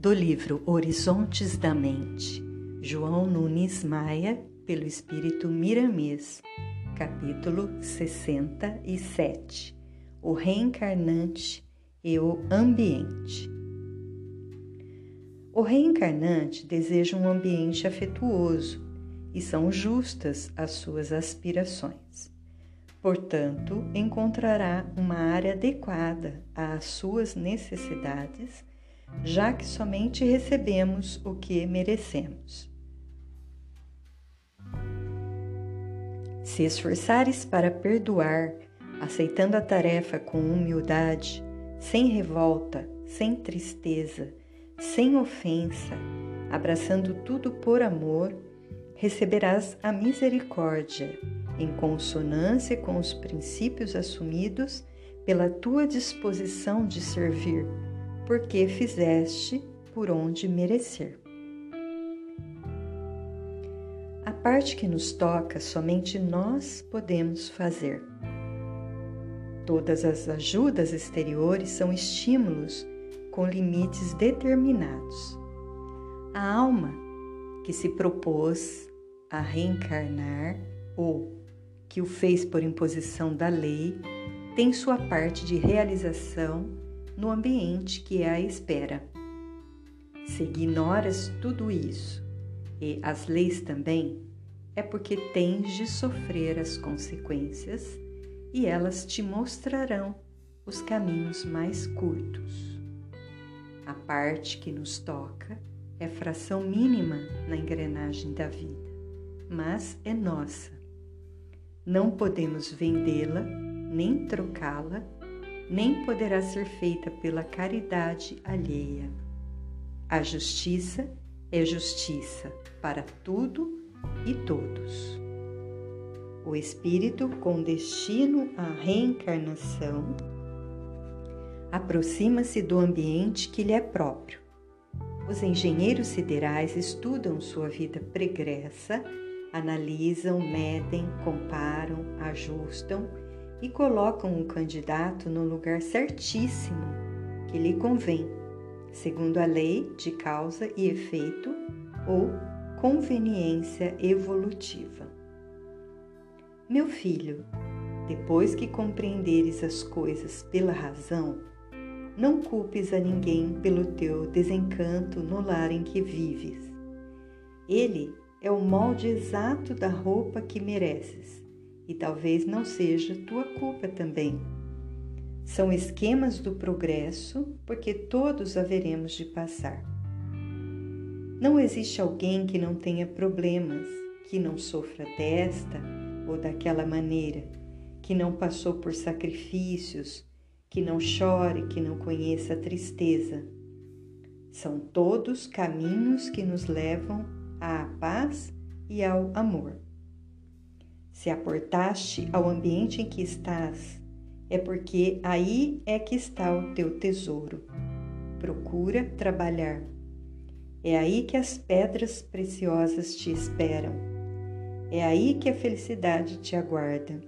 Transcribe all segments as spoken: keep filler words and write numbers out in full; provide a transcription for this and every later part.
do livro Horizontes da Mente, João Nunes Maia, pelo Espírito Miramês, capítulo sessenta e sete, O Reencarnante e o Ambiente. O reencarnante deseja um ambiente afetuoso e são justas as suas aspirações. Portanto, encontrará uma área adequada às suas necessidades, já que somente recebemos o que merecemos. Se esforçares para perdoar, aceitando a tarefa com humildade, sem revolta, sem tristeza, sem ofensa, abraçando tudo por amor, receberás a misericórdia, em consonância com os princípios assumidos pela tua disposição de servir, porque fizeste por onde merecer. A parte que nos toca, somente nós podemos fazer. Todas as ajudas exteriores são estímulos com limites determinados. A alma que se propôs a reencarnar ou que o fez por imposição da lei tem sua parte de realização no ambiente que a espera. Se ignoras tudo isso e as leis também, é porque tens de sofrer as consequências e elas te mostrarão os caminhos mais curtos. A parte que nos toca é fração mínima na engrenagem da vida, mas é nossa. Não podemos vendê-la, nem trocá-la, nem poderá ser feita pela caridade alheia. A justiça é justiça para tudo e todos. O espírito com destino à reencarnação aproxima-se do ambiente que lhe é próprio. Os engenheiros siderais estudam sua vida pregressa, analisam, medem, comparam, ajustam e colocam o candidato no lugar certíssimo que lhe convém, segundo a lei de causa e efeito ou conveniência evolutiva. Meu filho, depois que compreenderes as coisas pela razão, não culpes a ninguém pelo teu desencanto no lar em que vives. Ele é o molde exato da roupa que mereces, e talvez não seja tua culpa também. São esquemas do progresso, porque todos haveremos de passar. Não existe alguém que não tenha problemas, que não sofra desta ou daquela maneira, que não passou por sacrifícios, que não chore, que não conheça a tristeza. São todos caminhos que nos levam à paz e ao amor. Se aportaste ao ambiente em que estás, é porque aí é que está o teu tesouro. Procura trabalhar. É aí que as pedras preciosas te esperam. É aí que a felicidade te aguarda.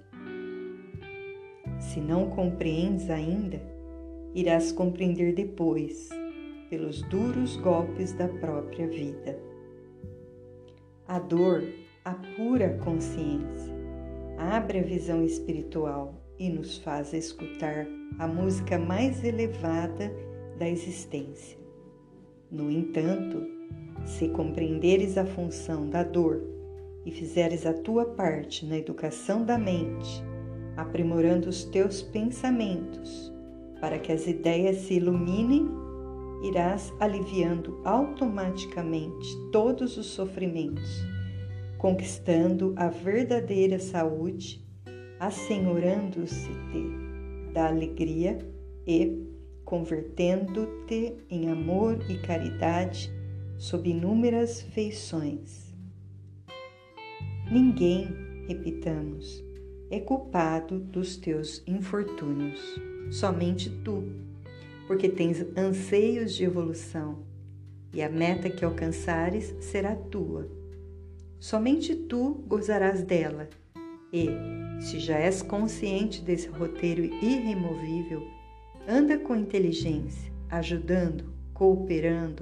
Se não compreendes ainda, irás compreender depois, pelos duros golpes da própria vida. A dor apura a consciência, abre a visão espiritual e nos faz escutar a música mais elevada da existência. No entanto, se compreenderes a função da dor e fizeres a tua parte na educação da mente, aprimorando os teus pensamentos para que as ideias se iluminem, irás aliviando automaticamente todos os sofrimentos, conquistando a verdadeira saúde, assenhorando-se-te da alegria e convertendo-te em amor e caridade sob inúmeras feições. Ninguém, repitamos, é culpado dos teus infortúnios, somente tu, porque tens anseios de evolução e a meta que alcançares será tua. Somente tu gozarás dela e, se já és consciente desse roteiro irremovível, anda com inteligência, ajudando, cooperando,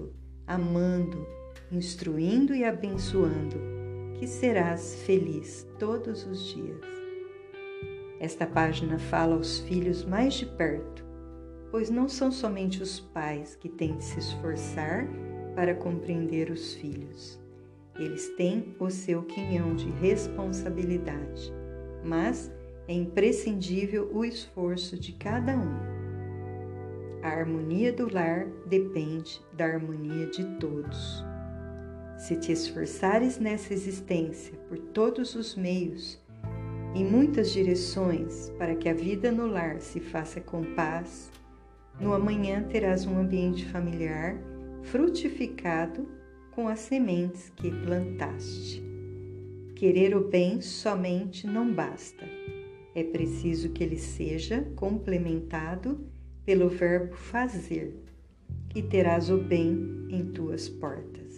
amando, instruindo e abençoando, que serás feliz todos os dias. Esta página fala aos filhos mais de perto, pois não são somente os pais que têm de se esforçar para compreender os filhos. Eles têm o seu quinhão de responsabilidade, mas é imprescindível o esforço de cada um. A harmonia do lar depende da harmonia de todos. Se te esforçares nessa existência por todos os meios, em muitas direções, para que a vida no lar se faça com paz, no amanhã terás um ambiente familiar frutificado com as sementes que plantaste. Querer o bem somente não basta. É preciso que ele seja complementado pelo verbo fazer, e terás o bem em tuas portas.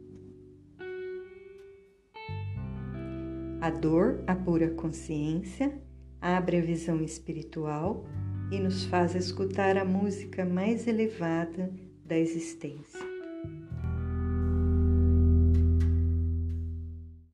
A dor apura a consciência, abre a visão espiritual e nos faz escutar a música mais elevada da existência.